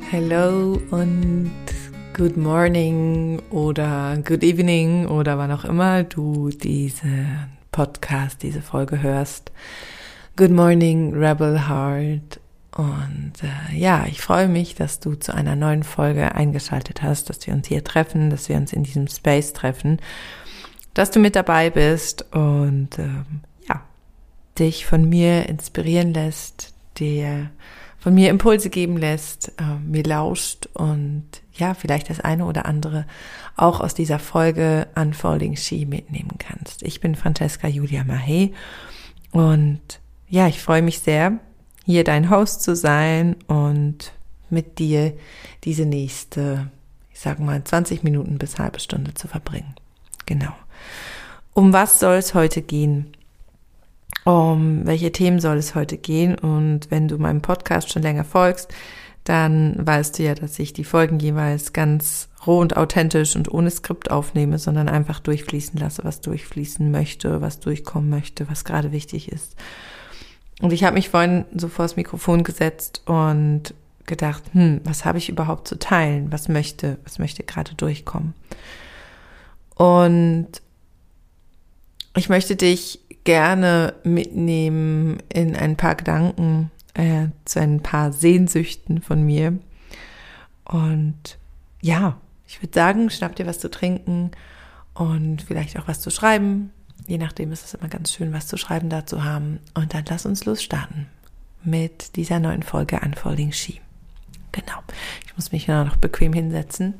Hello und good morning oder good evening oder wann auch immer du diese Podcast, diese Folge hörst. Good morning, Rebel Heart. Und ich freue mich, dass du zu einer neuen Folge eingeschaltet hast, dass wir uns hier treffen, dass wir uns in diesem Space treffen, dass du mit dabei bist und dich von mir inspirieren lässt, dir von mir Impulse geben lässt, mir lauscht und vielleicht das eine oder andere auch aus dieser Folge Unfolding She mitnehmen kannst. Ich bin Francesca Julia Mahé und ich freue mich sehr, hier dein Host zu sein und mit dir diese nächste, 20 Minuten bis halbe Stunde zu verbringen. Genau. Um was soll es heute gehen? Um welche Themen soll es heute gehen? Und wenn du meinem Podcast schon länger folgst, dann weißt du ja, dass ich die Folgen jeweils ganz roh und authentisch und ohne Skript aufnehme, sondern einfach durchfließen lasse, was durchfließen möchte, was durchkommen möchte, was gerade wichtig ist. Und ich habe mich vorhin so vors Mikrofon gesetzt und gedacht, was habe ich überhaupt zu teilen? Was möchte gerade durchkommen? Und ich möchte dich gerne mitnehmen in ein paar Gedanken, zu ein paar Sehnsüchten von mir. Und ich würde sagen, schnapp dir was zu trinken und vielleicht auch was zu schreiben. Je nachdem ist es immer ganz schön, was zu schreiben dazu haben. Und dann lass uns losstarten mit dieser neuen Folge Unfolding She. Genau. Ich muss mich noch bequem hinsetzen.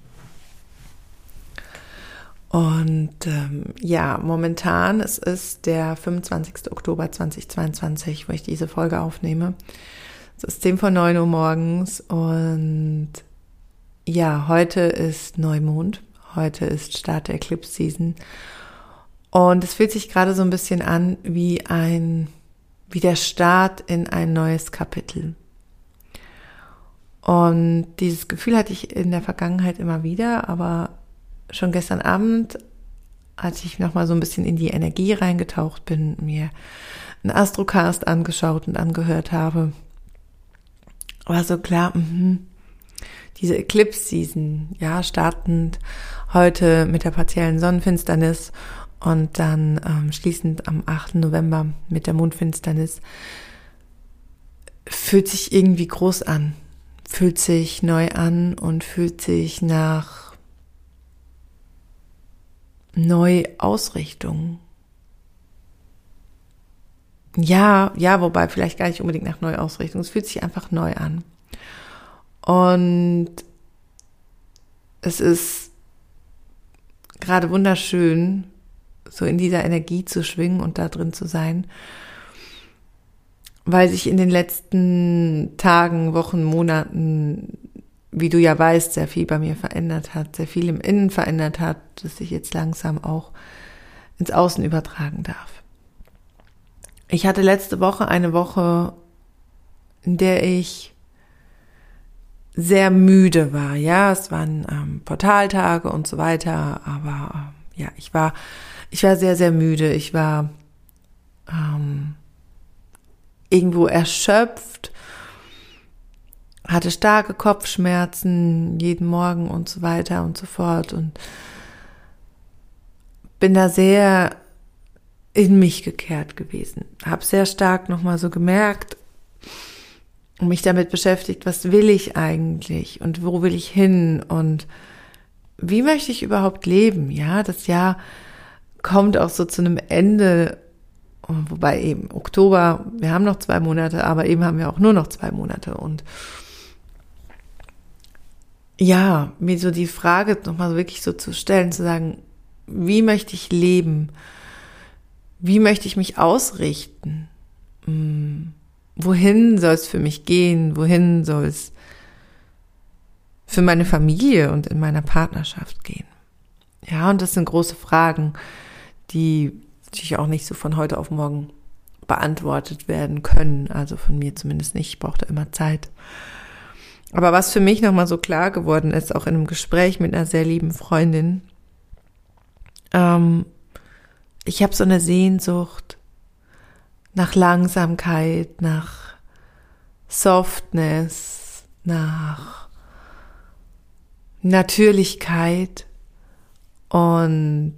Und momentan, es ist der 25. Oktober 2022, wo ich diese Folge aufnehme. Es ist 8:50 Uhr morgens und heute ist Neumond. Heute ist Start der Eclipse Season. Und es fühlt sich gerade so ein bisschen an wie der Start in ein neues Kapitel. Und dieses Gefühl hatte ich in der Vergangenheit immer wieder, aber schon gestern Abend, als ich nochmal so ein bisschen in die Energie reingetaucht bin, mir einen Astrocast angeschaut und angehört habe, war so klar, diese Eclipse-Season, startend heute mit der partiellen Sonnenfinsternis und dann schließend am 8. November mit der Mondfinsternis, fühlt sich irgendwie groß an, fühlt sich neu an und fühlt sich nach Neuausrichtung. Wobei vielleicht gar nicht unbedingt nach Neuausrichtung. Es fühlt sich einfach neu an. Und es ist gerade wunderschön, so in dieser Energie zu schwingen und da drin zu sein, weil sich in den letzten Tagen, Wochen, Monaten, wie du ja weißt, sehr viel bei mir verändert hat, sehr viel im Innen verändert hat, das ich jetzt langsam auch ins Außen übertragen darf. Ich hatte letzte Woche eine Woche, in der ich sehr müde war. Ja, es waren Portaltage und so weiter, aber ich war sehr, sehr müde. Ich war irgendwo erschöpft, hatte starke Kopfschmerzen jeden Morgen und so weiter und so fort und bin da sehr in mich gekehrt gewesen. Habe sehr stark nochmal so gemerkt und mich damit beschäftigt, was will ich eigentlich und wo will ich hin und wie möchte ich überhaupt leben? Ja, das Jahr kommt auch so zu einem Ende, wobei eben Oktober, wir haben noch 2 Monate, aber eben haben wir auch nur noch 2 Monate und mir so die Frage nochmal wirklich so zu stellen, zu sagen, wie möchte ich leben? Wie möchte ich mich ausrichten? Wohin soll es für mich gehen? Wohin soll es für meine Familie und in meiner Partnerschaft gehen? Ja, und das sind große Fragen, die natürlich auch nicht so von heute auf morgen beantwortet werden können. Also von mir zumindest nicht. Ich brauchte immer Zeit. Aber was für mich nochmal so klar geworden ist, auch in einem Gespräch mit einer sehr lieben Freundin, ich habe so eine Sehnsucht nach Langsamkeit, nach Softness, nach Natürlichkeit und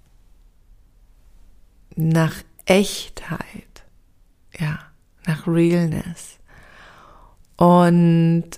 nach Echtheit, ja, nach Realness. Und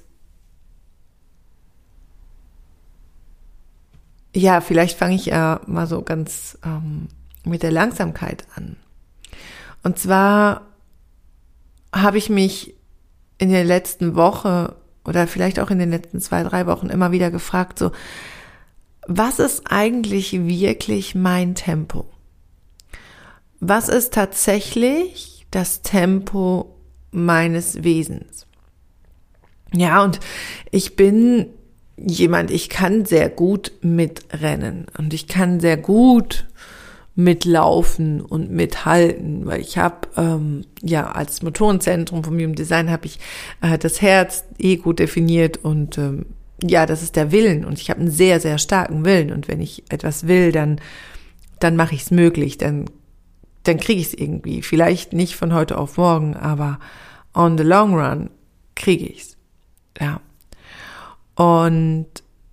ja, vielleicht fange ich ja mal so ganz mit der Langsamkeit an. Und zwar habe ich mich in der letzten Woche oder vielleicht auch in den letzten 2-3 Wochen immer wieder gefragt, so, was ist eigentlich wirklich mein Tempo? Was ist tatsächlich das Tempo meines Wesens? Ja, und ich bin jemand, ich kann sehr gut mitrennen und ich kann sehr gut mitlaufen und mithalten, weil ich habe als Motorenzentrum vom Human Design habe ich das Herz gut definiert und das ist der Willen und ich habe einen sehr, sehr starken Willen und wenn ich etwas will, dann mache ich es möglich, dann kriege ich es irgendwie, vielleicht nicht von heute auf morgen, aber on the long run kriege ich es, ja. Und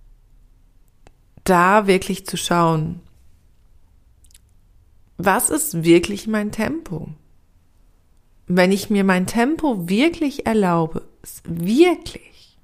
da wirklich zu schauen, was ist wirklich mein Tempo? Wenn ich mir mein Tempo wirklich erlaube, wirklich,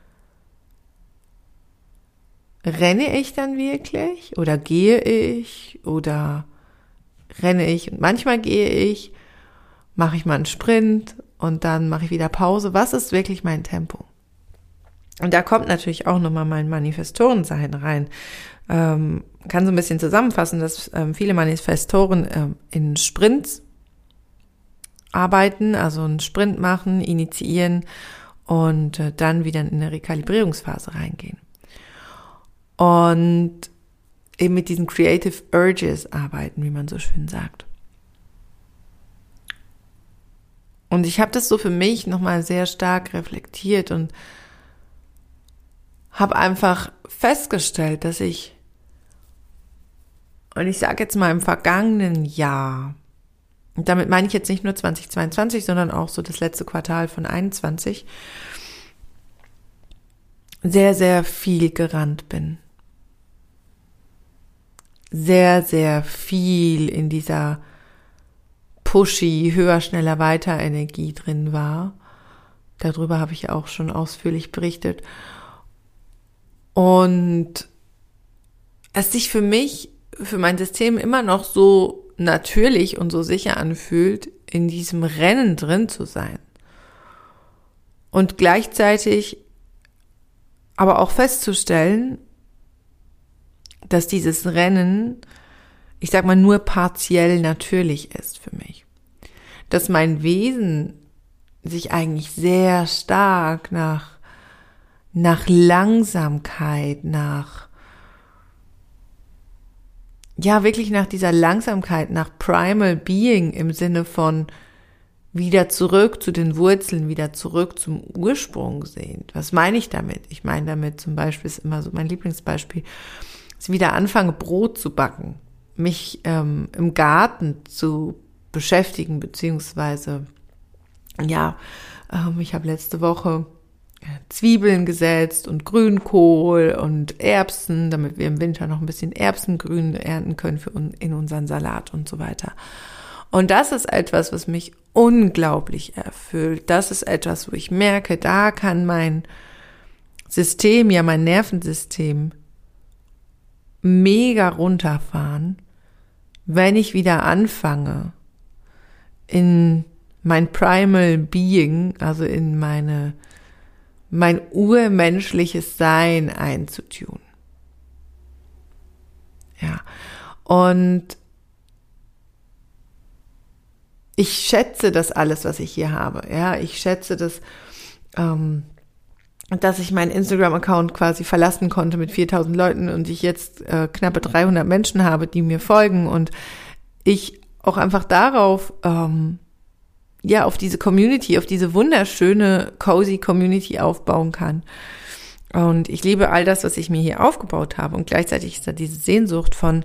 renne ich dann wirklich oder gehe ich oder renne ich und manchmal gehe ich, mache ich mal einen Sprint und dann mache ich wieder Pause. Was ist wirklich mein Tempo? Und da kommt natürlich auch nochmal mein Manifestorensein rein. Kann so ein bisschen zusammenfassen, dass viele Manifestoren in Sprints arbeiten, also einen Sprint machen, initiieren und dann wieder in eine Rekalibrierungsphase reingehen. Und eben mit diesen Creative Urges arbeiten, wie man so schön sagt. Und ich habe das so für mich nochmal sehr stark reflektiert und habe einfach festgestellt, dass ich sage jetzt mal im vergangenen Jahr, und damit meine ich jetzt nicht nur 2022, sondern auch so das letzte Quartal von 2021, sehr, sehr viel gerannt bin. Sehr, sehr viel in dieser pushy, höher, schneller, weiter Energie drin war. Darüber habe ich auch schon ausführlich berichtet. Und es sich für mich, für mein System immer noch so natürlich und so sicher anfühlt, in diesem Rennen drin zu sein. Und gleichzeitig aber auch festzustellen, dass dieses Rennen, ich sag mal, nur partiell natürlich ist für mich. Dass mein Wesen sich eigentlich sehr stark nach Langsamkeit, wirklich nach dieser Langsamkeit, nach Primal Being im Sinne von wieder zurück zu den Wurzeln, wieder zurück zum Ursprung sehnt. Was meine ich damit? Ich meine damit zum Beispiel, ist immer so mein Lieblingsbeispiel, dass ich wieder anfange, Brot zu backen, mich im Garten zu beschäftigen, beziehungsweise, ich habe letzte Woche Zwiebeln gesetzt und Grünkohl und Erbsen, damit wir im Winter noch ein bisschen Erbsengrün ernten können in unseren Salat und so weiter. Und das ist etwas, was mich unglaublich erfüllt. Das ist etwas, wo ich merke, da kann mein System, mein Nervensystem mega runterfahren, wenn ich wieder anfange, in mein Primal Being, also in mein urmenschliches Sein einzutun. Ja, und ich schätze das alles, was ich hier habe. Ja, ich schätze das, dass ich meinen Instagram-Account quasi verlassen konnte mit 4.000 Leuten und ich jetzt knappe 300 Menschen habe, die mir folgen und ich auch einfach darauf auf diese Community, auf diese wunderschöne, cozy Community aufbauen kann. Und ich liebe all das, was ich mir hier aufgebaut habe. Und gleichzeitig ist da diese Sehnsucht von,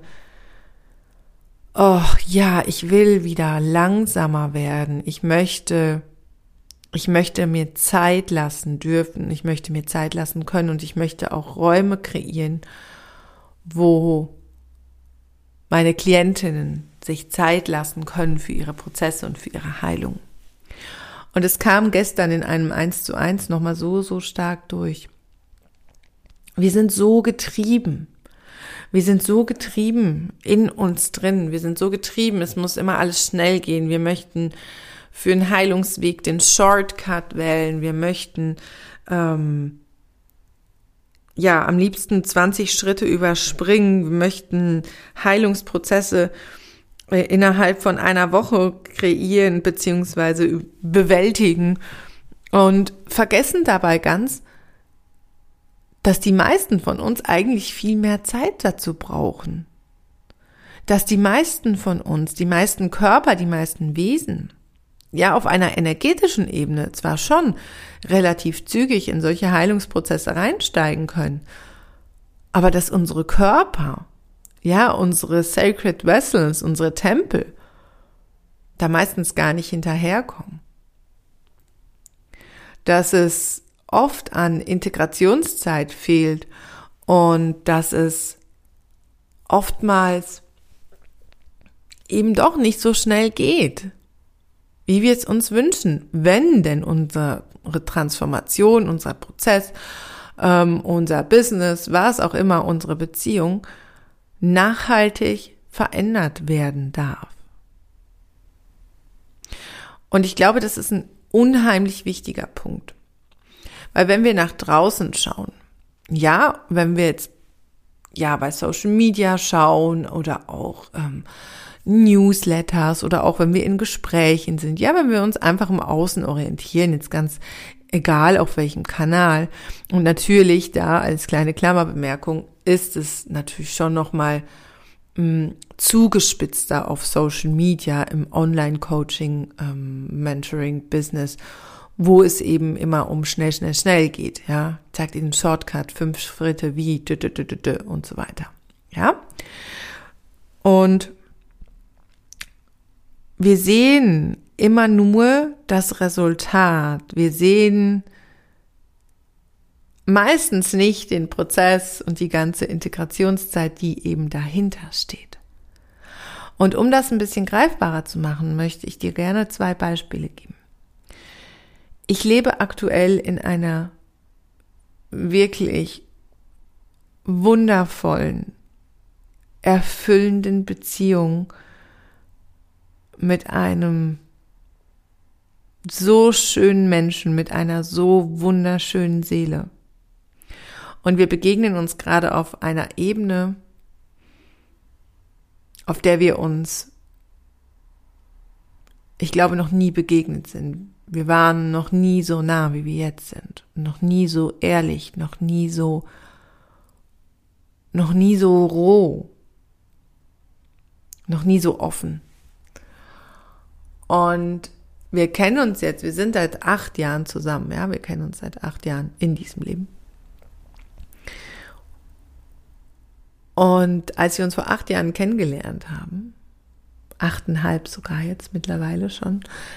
ich will wieder langsamer werden. Ich möchte Ich möchte mir Zeit lassen dürfen, ich möchte mir Zeit lassen können und ich möchte auch Räume kreieren, wo meine Klientinnen sich Zeit lassen können für ihre Prozesse und für ihre Heilung. Und es kam gestern in einem 1:1 nochmal so stark durch. Wir sind so getrieben. Wir sind so getrieben in uns drin. Wir sind so getrieben, es muss immer alles schnell gehen. Wir möchten für einen Heilungsweg den Shortcut wählen. Wir möchten am liebsten 20 Schritte überspringen. Wir möchten Heilungsprozesse innerhalb von einer Woche kreieren bzw. bewältigen und vergessen dabei ganz, dass die meisten von uns eigentlich viel mehr Zeit dazu brauchen. Dass die meisten von uns, die meisten Körper, die meisten Wesen, ja auf einer energetischen Ebene zwar schon relativ zügig in solche Heilungsprozesse reinsteigen können, aber dass unsere Körper, ja, unsere Sacred Vessels, unsere Tempel, da meistens gar nicht hinterherkommen. Dass es oft an Integrationszeit fehlt und dass es oftmals eben doch nicht so schnell geht, wie wir es uns wünschen, wenn denn unsere Transformation, unser Prozess, unser Business, was auch immer, unsere Beziehung nachhaltig verändert werden darf. Und ich glaube, das ist ein unheimlich wichtiger Punkt. Weil wenn wir nach draußen schauen, ja, wenn wir jetzt bei Social Media schauen oder auch Newsletters oder auch wenn wir in Gesprächen sind, ja, wenn wir uns einfach im Außen orientieren, jetzt ganz egal auf welchem Kanal. Und natürlich da als kleine Klammerbemerkung ist es natürlich schon nochmal zugespitzter auf Social Media im Online-Coaching, Mentoring, Business, wo es eben immer um schnell geht, ja. Zeigt Ihnen Shortcut, 5 Schritte wie, und so weiter, ja. Und wir sehen immer nur das Resultat. Wir sehen meistens nicht den Prozess und die ganze Integrationszeit, die eben dahinter steht. Und um das ein bisschen greifbarer zu machen, möchte ich dir gerne 2 Beispiele geben. Ich lebe aktuell in einer wirklich wundervollen, erfüllenden Beziehung mit einem so schönen Menschen, mit einer so wunderschönen Seele. Und wir begegnen uns gerade auf einer Ebene, auf der wir uns, ich glaube, noch nie begegnet sind. Wir waren noch nie so nah, wie wir jetzt sind. Noch nie so ehrlich, noch nie so roh, noch nie so offen. Und wir kennen uns jetzt, wir sind seit 8 Jahren zusammen, ja, wir kennen uns seit 8 Jahren in diesem Leben. Und als wir uns vor 8 Jahren kennengelernt haben, 8,5 sogar jetzt mittlerweile schon,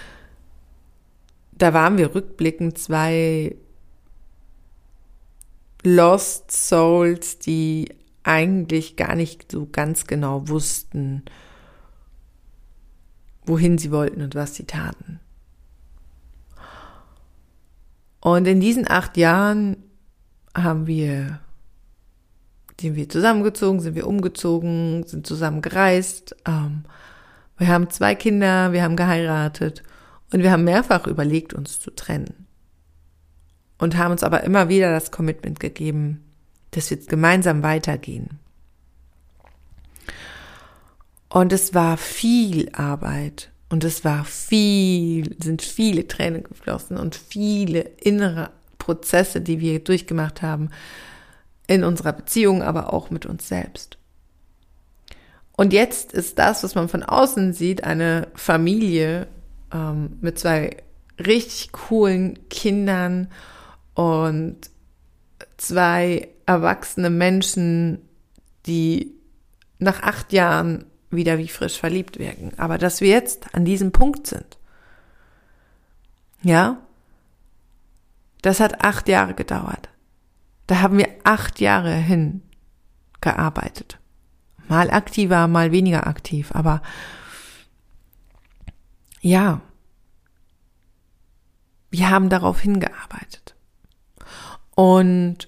da waren wir rückblickend 2 Lost Souls, die eigentlich gar nicht so ganz genau wussten, wohin sie wollten und was sie taten. Und in diesen 8 Jahren sind wir zusammengezogen, sind wir umgezogen, sind zusammen gereist. Wir haben 2 Kinder, wir haben geheiratet und wir haben mehrfach überlegt, uns zu trennen. Und haben uns aber immer wieder das Commitment gegeben, dass wir jetzt gemeinsam weitergehen. Und es war viel Arbeit und sind viele Tränen geflossen und viele innere Prozesse, die wir durchgemacht haben in unserer Beziehung, aber auch mit uns selbst. Und jetzt ist das, was man von außen sieht, eine Familie mit 2 richtig coolen Kindern und 2 erwachsene Menschen, die nach 8 Jahren wieder wie frisch verliebt wirken. Aber dass wir jetzt an diesem Punkt sind, ja, Das hat 8 Jahre gedauert. Da haben wir 8 Jahre hingearbeitet. Mal aktiver, mal weniger aktiv, aber ja, wir haben darauf hingearbeitet. Und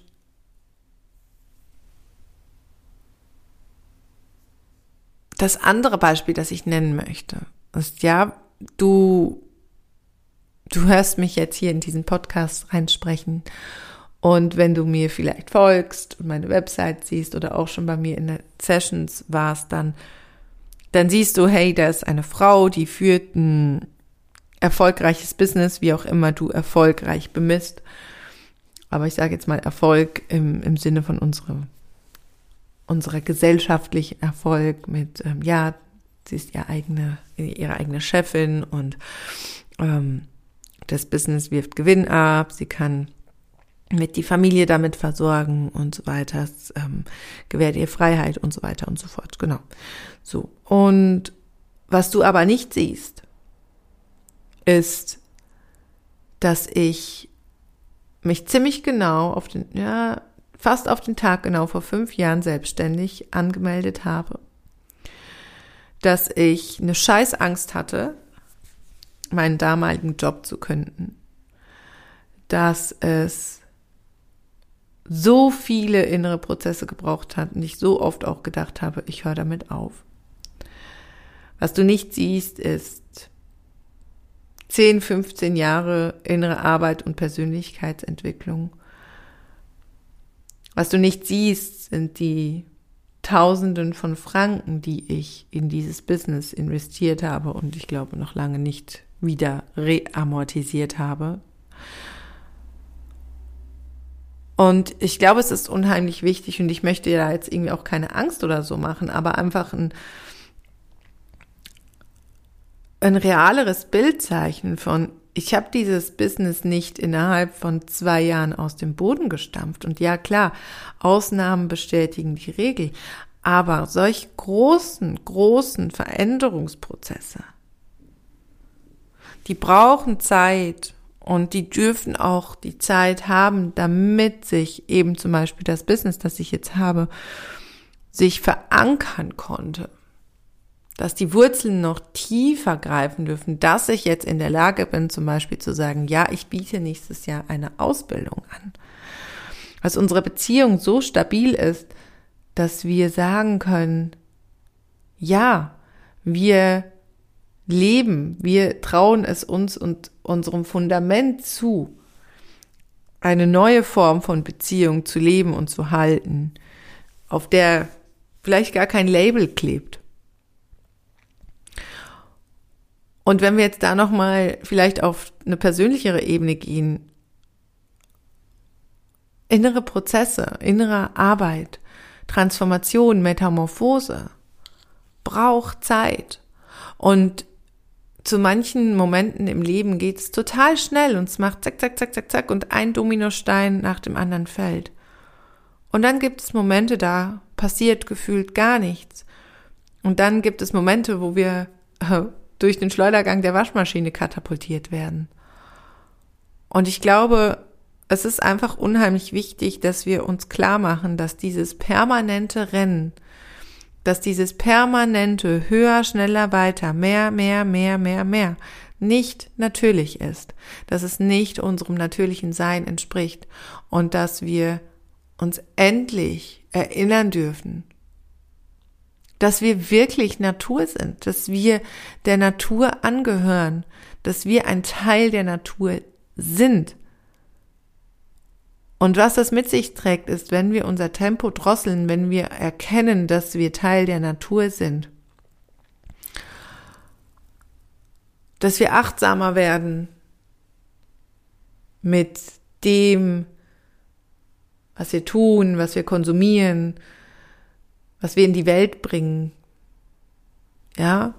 das andere Beispiel, das ich nennen möchte, ist du hörst mich jetzt hier in diesen Podcast reinsprechen und wenn du mir vielleicht folgst und meine Website siehst oder auch schon bei mir in den Sessions warst, dann siehst du, hey, da ist eine Frau, die führt ein erfolgreiches Business, wie auch immer du erfolgreich bemisst. Aber ich sage jetzt mal Erfolg im Sinne von unserer gesellschaftlichen Erfolg mit, sie ist ihre eigene Chefin und das Business wirft Gewinn ab, sie kann mit die Familie damit versorgen und so weiter, es gewährt ihr Freiheit und so weiter und so fort, genau. So, und was du aber nicht siehst, ist, dass ich mich ziemlich genau fast auf den Tag genau vor 5 Jahren selbstständig angemeldet habe, dass ich eine Scheißangst hatte, meinen damaligen Job zu kündigen, dass es so viele innere Prozesse gebraucht hat und ich so oft auch gedacht habe, ich höre damit auf. Was du nicht siehst, ist 10, 15 Jahre innere Arbeit und Persönlichkeitsentwicklung. Was du nicht siehst, sind die Tausenden von Franken, die ich in dieses Business investiert habe und ich glaube noch lange nicht wieder reamortisiert habe. Und ich glaube, es ist unheimlich wichtig und ich möchte ja jetzt irgendwie auch keine Angst oder so machen, aber einfach ein realeres Bild zeichnen von, ich habe dieses Business nicht innerhalb von 2 Jahren aus dem Boden gestampft. Und ja, klar, Ausnahmen bestätigen die Regel. Aber solch großen Veränderungsprozesse, die brauchen Zeit und die dürfen auch die Zeit haben, damit sich eben zum Beispiel das Business, das ich jetzt habe, sich verankern konnte. Dass die Wurzeln noch tiefer greifen dürfen, dass ich jetzt in der Lage bin, zum Beispiel zu sagen, ja, ich biete nächstes Jahr eine Ausbildung an. Dass unsere Beziehung so stabil ist, dass wir sagen können, ja, wir leben, wir trauen es uns und unserem Fundament zu, eine neue Form von Beziehung zu leben und zu halten, auf der vielleicht gar kein Label klebt. Und wenn wir jetzt da nochmal vielleicht auf eine persönlichere Ebene gehen, innere Prozesse, innere Arbeit, Transformation, Metamorphose braucht Zeit. Und zu manchen Momenten im Leben geht es total schnell und es macht zack, zack, zack, zack, zack und ein Dominostein nach dem anderen fällt. Und dann gibt es Momente, da passiert gefühlt gar nichts. Und dann gibt es Momente, wo wir durch den Schleudergang der Waschmaschine katapultiert werden. Und ich glaube, es ist einfach unheimlich wichtig, dass wir uns klar machen, dass dieses permanente Rennen, dass dieses permanente höher, schneller, weiter, mehr nicht natürlich ist, dass es nicht unserem natürlichen Sein entspricht und dass wir uns endlich erinnern dürfen, dass wir wirklich Natur sind, dass wir der Natur angehören, dass wir ein Teil der Natur sind. Und was das mit sich trägt, ist, wenn wir unser Tempo drosseln, wenn wir erkennen, dass wir Teil der Natur sind, dass wir achtsamer werden mit dem, was wir tun, was wir konsumieren, was wir in die Welt bringen. Ja,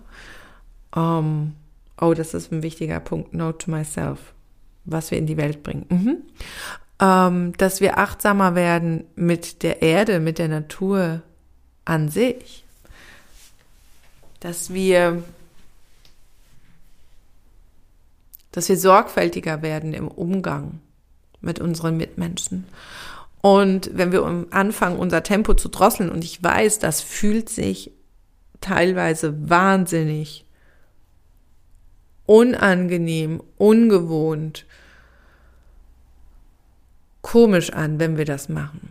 das ist ein wichtiger Punkt, note to myself, was wir in die Welt bringen. Dass wir achtsamer werden mit der Erde, mit der Natur an sich. Dass wir sorgfältiger werden im Umgang mit unseren Mitmenschen. Und wenn wir anfangen, unser Tempo zu drosseln, und ich weiß, das fühlt sich teilweise wahnsinnig unangenehm, ungewohnt, komisch an, wenn wir das machen.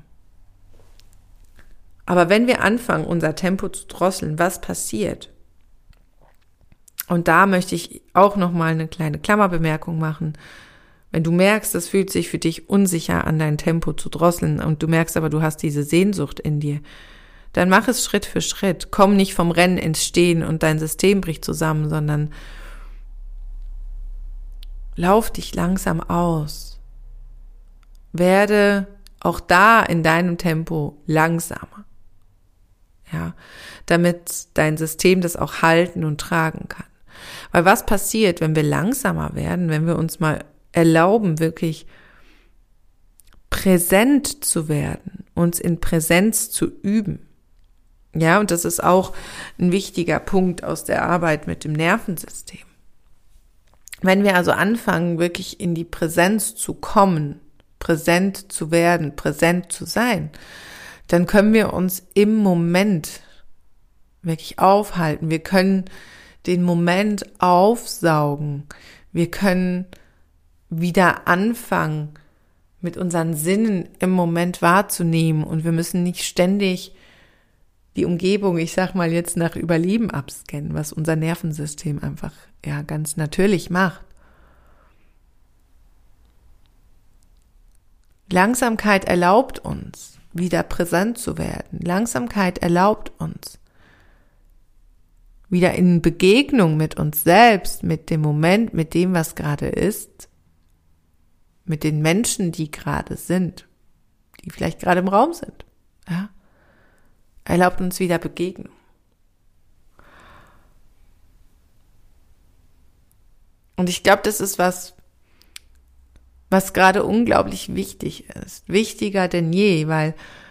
Aber wenn wir anfangen, unser Tempo zu drosseln, was passiert? Und da möchte ich auch nochmal eine kleine Klammerbemerkung machen. Wenn du merkst, es fühlt sich für dich unsicher an, dein Tempo zu drosseln und du merkst aber, du hast diese Sehnsucht in dir, dann mach es Schritt für Schritt. Komm nicht vom Rennen ins Stehen und dein System bricht zusammen, sondern lauf dich langsam aus. Werde auch da in deinem Tempo langsamer. Ja, damit dein System das auch halten und tragen kann. Weil was passiert, wenn wir langsamer werden, wenn wir uns mal erlauben, wirklich präsent zu werden, uns in Präsenz zu üben. Ja, und das ist auch ein wichtiger Punkt aus der Arbeit mit dem Nervensystem. Wenn wir also anfangen, wirklich in die Präsenz zu kommen, präsent zu werden, präsent zu sein, dann können wir uns im Moment wirklich aufhalten. Wir können den Moment aufsaugen. Wir können wieder anfangen, mit unseren Sinnen im Moment wahrzunehmen. Und wir müssen nicht ständig die Umgebung, ich sag mal jetzt nach Überleben abscannen, was unser Nervensystem einfach ja ganz natürlich macht. Langsamkeit erlaubt uns, wieder präsent zu werden. Langsamkeit erlaubt uns, wieder in Begegnung mit uns selbst, mit dem Moment, mit dem, was gerade ist, mit den Menschen, die gerade sind, die vielleicht gerade im Raum sind. Ja? Erlaubt uns wieder Begegnung. Und ich glaube, das ist was gerade unglaublich wichtig ist. Wichtiger denn je, weil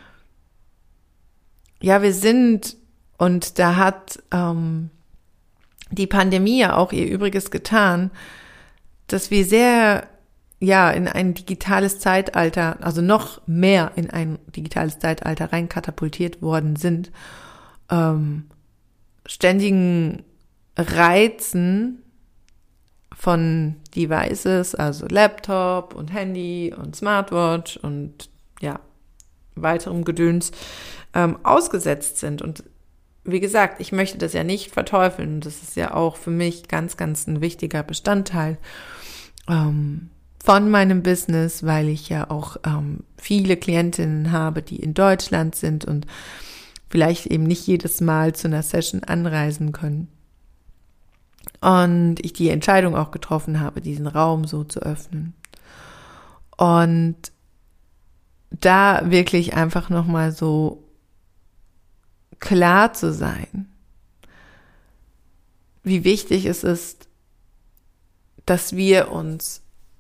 ja, wir sind, und da hat die Pandemie ja auch ihr Übriges getan, dass wir sehr in ein digitales Zeitalter, also noch mehr in ein digitales Zeitalter rein katapultiert worden sind, ständigen Reizen von Devices, also Laptop und Handy und Smartwatch und weiterem Gedöns ausgesetzt sind. Und wie gesagt, ich möchte das ja nicht verteufeln. Das ist ja auch für mich ganz, ganz ein wichtiger Bestandteil von meinem Business, weil ich ja auch viele Klientinnen habe, die in Deutschland sind und vielleicht eben nicht jedes Mal zu einer Session anreisen können. Und ich die Entscheidung auch getroffen habe, diesen Raum so zu öffnen. Und da wirklich einfach nochmal so klar zu sein, wie wichtig es ist, dass wir uns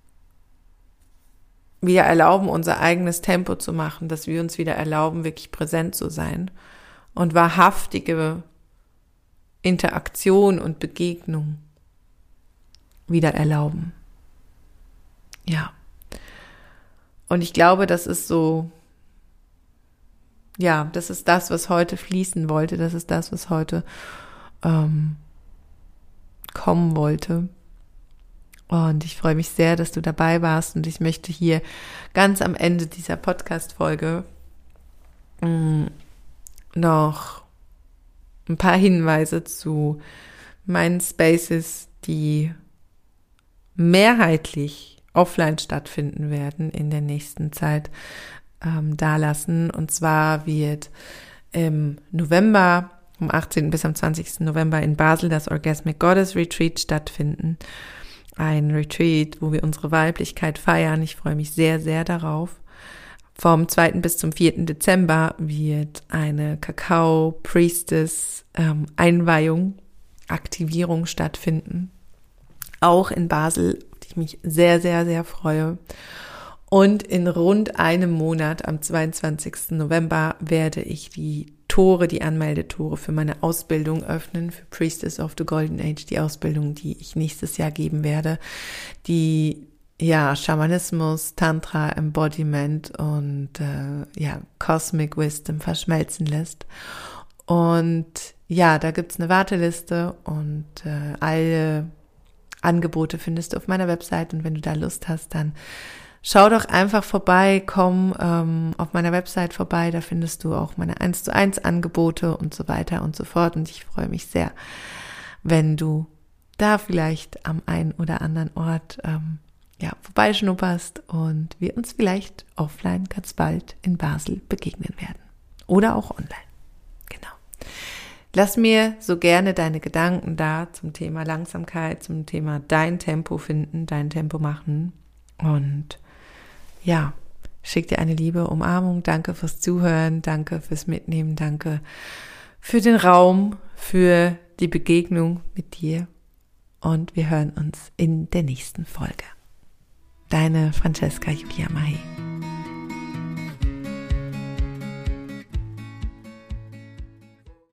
wieder erlauben, unser eigenes Tempo zu machen, dass wir uns wieder erlauben, wirklich präsent zu sein und wahrhaftige Interaktion und Begegnung wieder erlauben. Ja. Und ich glaube, das ist so, das ist das, was heute fließen wollte, das ist das, was heute kommen wollte. Und ich freue mich sehr, dass du dabei warst, und ich möchte hier ganz am Ende dieser Podcast-Folge noch ein paar Hinweise zu meinen Spaces, die mehrheitlich offline stattfinden werden in der nächsten Zeit, dalassen. Und zwar wird im November, vom 18. bis am 20. November in Basel das Orgasmic Goddess Retreat stattfinden. Ein Retreat, wo wir unsere Weiblichkeit feiern. Ich freue mich sehr, sehr darauf. Vom 2. bis zum 4. Dezember wird eine Kakao-Priestess-Einweihung, Aktivierung stattfinden. Auch in Basel, auf die ich mich sehr, sehr, sehr freue. Und in rund einem Monat, am 22. November, werde ich die Anmeldetore für meine Ausbildung öffnen, für Priestess of the Golden Age, die Ausbildung, die ich nächstes Jahr geben werde, die Schamanismus, Tantra, Embodiment und Cosmic Wisdom verschmelzen lässt. Und ja, da gibt's eine Warteliste und alle Angebote findest du auf meiner Website. Und wenn du da Lust hast, dann schau doch einfach vorbei, komm auf meiner Website vorbei, da findest du auch meine 1:1 Angebote und so weiter und so fort. Und ich freue mich sehr, wenn du da vielleicht am einen oder anderen Ort vorbeischnupperst und wir uns vielleicht offline ganz bald in Basel begegnen werden. Oder auch online. Genau. Lass mir so gerne deine Gedanken da zum Thema Langsamkeit, zum Thema dein Tempo finden, dein Tempo machen. Und ja, schick dir eine liebe Umarmung. Danke fürs Zuhören, danke fürs Mitnehmen, danke für den Raum, für die Begegnung mit dir. Und wir hören uns in der nächsten Folge. Deine Francesca Julia Mahé.